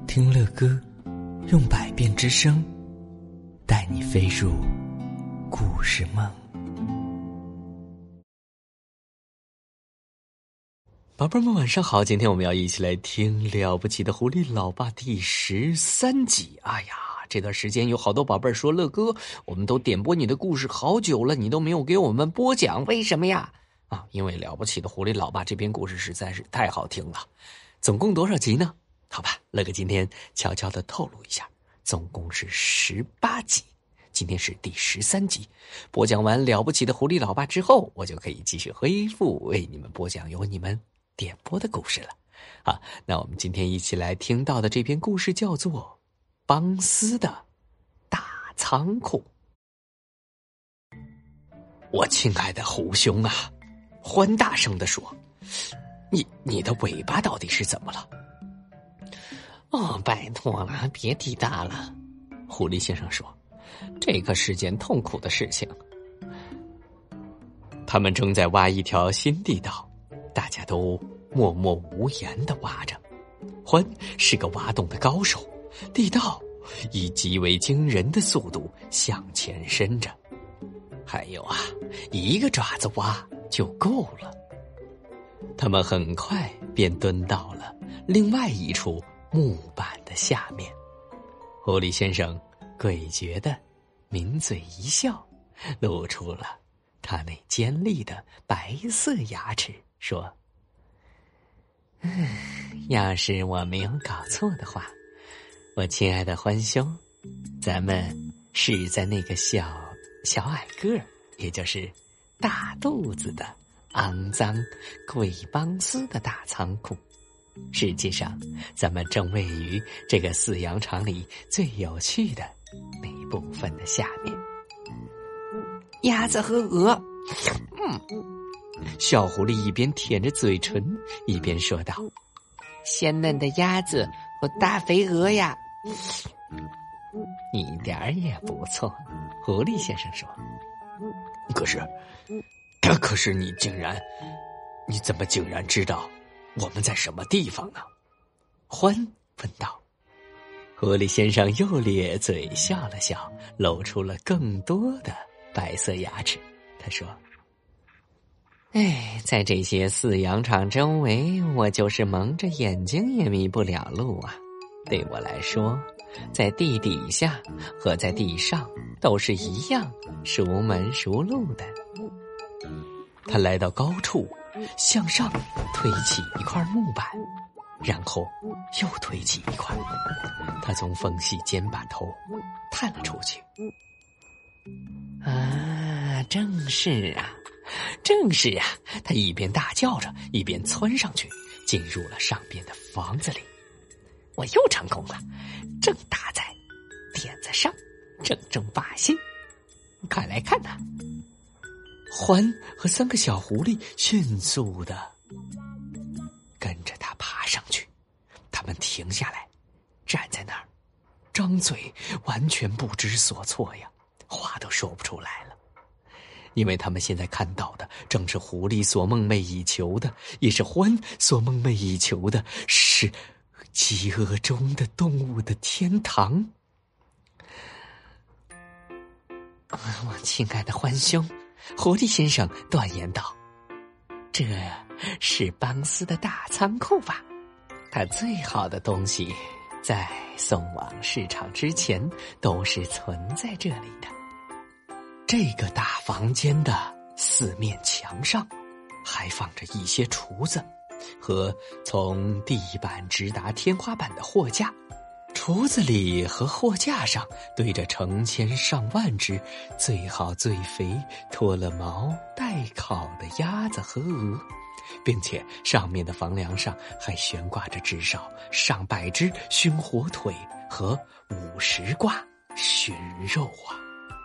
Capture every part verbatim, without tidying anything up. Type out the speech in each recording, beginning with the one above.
听乐哥用百变之声带你飞入故事梦。宝贝们晚上好，今天我们要一起来听了不起的狐狸老爸第十三集。哎呀，这段时间有好多宝贝说，乐哥我们都点播你的故事好久了，你都没有给我们播讲，为什么呀？啊，因为了不起的狐狸老爸这篇故事实在是太好听了。总共多少集呢？好吧，乐哥今天悄悄地透露一下，总共是十八集，今天是第十三集。播讲完了不起的狐狸老爸之后，我就可以继续恢复为你们播讲由你们点播的故事了。好，那我们今天一起来听到的这篇故事叫做《邦斯的大仓库》。我亲爱的狐兄啊，欢大声地说，你你的尾巴到底是怎么了？ 哦，拜托了，别提他了。 狐狸先生说，这可是件痛苦的事情。他们正在挖一条新地道，大家都默默无言地挖着。欢是个挖洞的高手，地道以极为惊人的速度向前伸着。还有啊，一个爪子挖就够了。他们很快便蹲到了另外一处木板的下面。狐狸先生诡谲地抿嘴一笑，露出了他那尖利的白色牙齿，说， 要是我没有搞错的话，我亲爱的欢兄，咱们是在那个小小矮个儿，也就是大肚子的肮脏鬼邦斯的大仓库。实际上，咱们正位于这个饲养场里最有趣的那一部分的下面。 鸭子和鹅，嗯，小狐狸一边舔着嘴唇，一边说道， 鲜嫩的鸭子和大肥鹅呀，一点儿也不错。 狐狸先生说，可是，可是你竟然，你怎么竟然知道我们在什么地方呢？欢问道。狐狸先生又咧嘴笑了笑，露出了更多的白色牙齿。他说， 哎，在这些饲养场周围，我就是蒙着眼睛也迷不了路啊。对我来说，在地底下和在地上都是一样熟门熟路的。 他来到高处，向上推起一块木板，然后又推起一块。他从缝隙间把头探了出去。 啊，正是啊， 正是啊！他一边大叫着，一边窜上去，进入了上边的房子里。我又成功了，正打在点子上，正中靶心。快来看呐！欢和三个小狐狸迅速地跟着他爬上去。他们停下来，站在那儿，张嘴完全不知所措呀，话都说不出来了。因为他们现在看到的正是狐狸所梦寐以求的，也是欢所梦寐以求的，是饥饿中的动物的天堂。 我亲爱的欢兄，狐狸先生断言道，这是邦斯的大仓库吧？他最好的东西在送往市场之前都是存在这里的。 这个大房间的四面墙上还放着一些橱子和从地板直达天花板的货架。橱子里和货架上堆着成千上万只最好最肥、脱了毛待烤的鸭子和鹅，并且上面的房梁上还悬挂着至少上百只熏火腿和五十挂熏肉啊！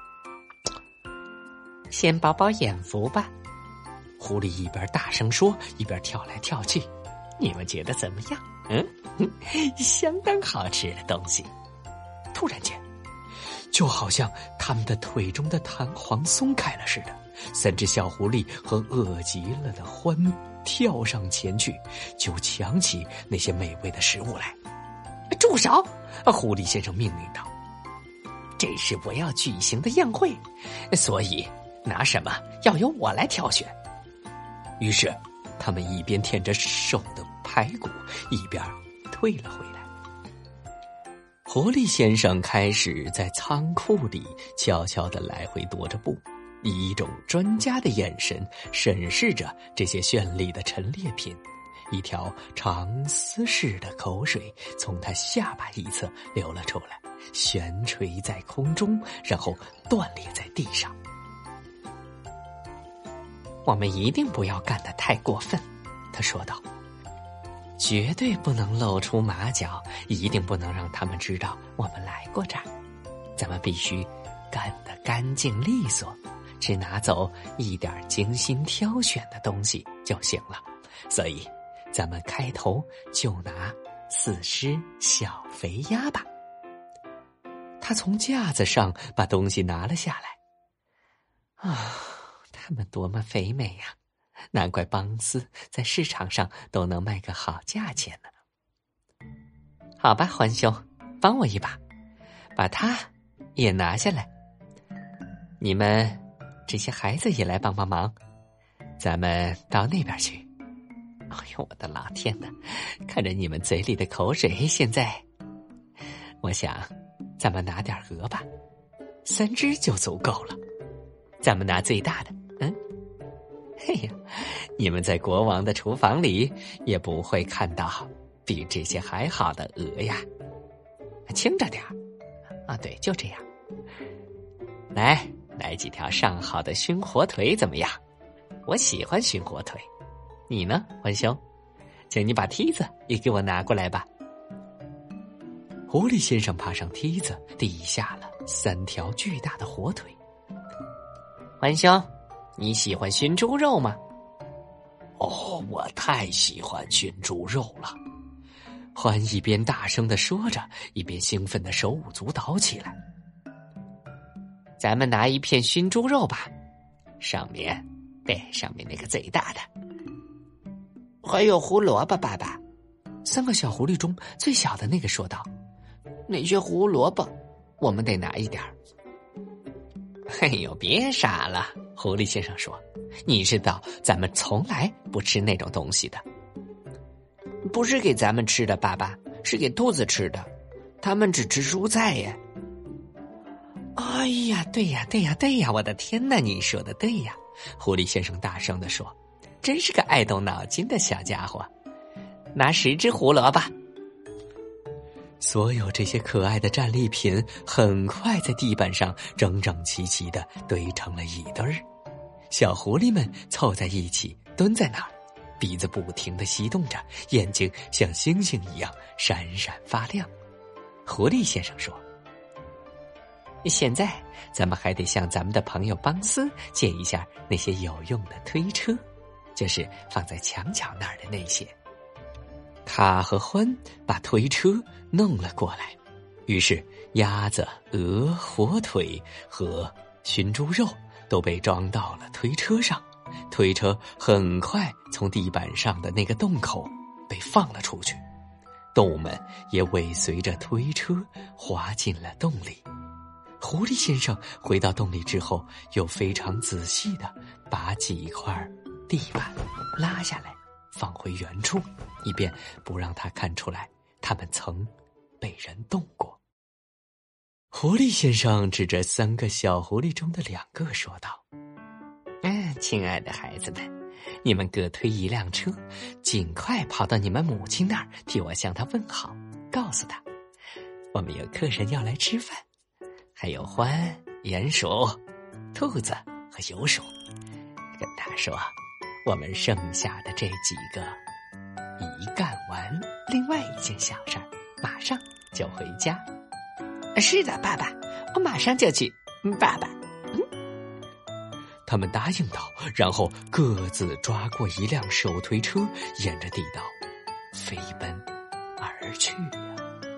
先饱饱眼福吧。 狐狸一边大声说，一边跳来跳去。你们觉得怎么样？嗯，相当好吃的东西。突然间，就好像他们的腿中的弹簧松开了似的，三只小狐狸和饿极了的欢跳上前去，就抢起那些美味的食物来。 住手！狐狸先生命令道。这是我要举行的宴会，所以拿什么要由我来挑选。于是他们一边舔着手的排骨，一边退了回来。狐狸先生开始在仓库里悄悄地来回踱着步，以一种专家的眼神审视着这些绚丽的陈列品。一条长丝似的口水从他下巴一侧流了出来，悬垂在空中，然后断裂在地上。我们一定不要干得太过分，他说道。绝对不能露出马脚，一定不能让他们知道我们来过这儿。咱们必须干得干净利索，只拿走一点精心挑选的东西就行了。所以咱们开头就拿四只小肥鸭吧。他从架子上把东西拿了下来。啊，它们多么肥美呀！难怪邦斯在市场上都能卖个好价钱呢。好吧，獾兄，帮我一把，把它也拿下来。你们这些孩子也来帮帮忙，咱们到那边去。哎呦，我的老天哪！看着你们嘴里的口水，现在我想咱们拿点鹅吧，三只就足够了。咱们拿最大的，嗯。嘿呀，你们在国王的厨房里也不会看到比这些还好的鹅呀。轻着点儿啊，对，就这样。来，来几条上好的熏火腿怎么样？我喜欢熏火腿。你呢，獾兄？请你把梯子也给我拿过来吧。狐狸先生爬上梯子，递下了三条巨大的火腿。獾兄，你喜欢熏猪肉吗？哦，我太喜欢熏猪肉了。獾一边大声地说着，一边兴奋地手舞足蹈起来。咱们拿一片熏猪肉吧，上面，对，上面那个最大的。还有胡萝卜，爸爸。三个小狐狸中最小的那个说道。那些胡萝卜，我们得拿一点儿。哎呦，别傻了，狐狸先生说，你知道咱们从来不吃那种东西的。不是给咱们吃的，爸爸，是给兔子吃的，它们只吃蔬菜耶。哎呀，对呀，对呀，对呀，我的天哪，你说的对呀，狐狸先生大声地说，真是个爱动脑筋的小家伙。拿十只胡萝卜。所有这些可爱的战利品很快在地板上整整齐齐地堆成了一堆儿。小狐狸们凑在一起，蹲在那儿，鼻子不停地翕动着，眼睛像星星一样闪闪发亮。狐狸先生说，现在咱们还得向咱们的朋友邦斯借一下那些有用的推车，就是放在墙角那儿的那些。他和獾把推车弄了过来，于是鸭子、鹅、火腿和熏猪肉都被装到了推车上。推车很快从地板上的那个洞口被放了出去，动物们也尾随着推车滑进了洞里。狐狸先生回到洞里之后，又非常仔细地把几块地板拉下来放回原处，以便不让他看出来他们曾被人动过。狐狸先生指着三个小狐狸中的两个说道，嗯，亲爱的孩子们，你们各推一辆车，尽快跑到你们母亲那儿，替我向她问好，告诉她我们有客人要来吃饭，还有獾、鼹鼠、兔子和油鼠，跟他说我们剩下的这几个一干完另外一件小事儿，马上就回家。是的，爸爸，我马上就去。爸爸，嗯，他们答应道，然后各自抓过一辆手推车，沿着地道飞奔而去呀。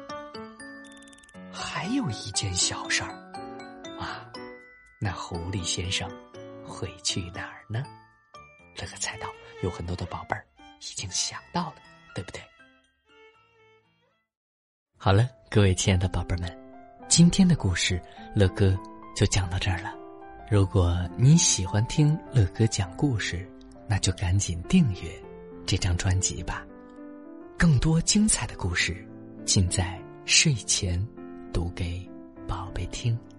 还有一件小事儿啊，那狐狸先生会去哪儿呢？乐乐猜到有很多的宝贝儿已经想到了，对不对？ 好了，各位亲爱的宝贝们，今天的故事乐哥就讲到这儿了。如果你喜欢听乐哥讲故事，那就赶紧订阅这张专辑吧。更多精彩的故事尽在睡前读给宝贝听。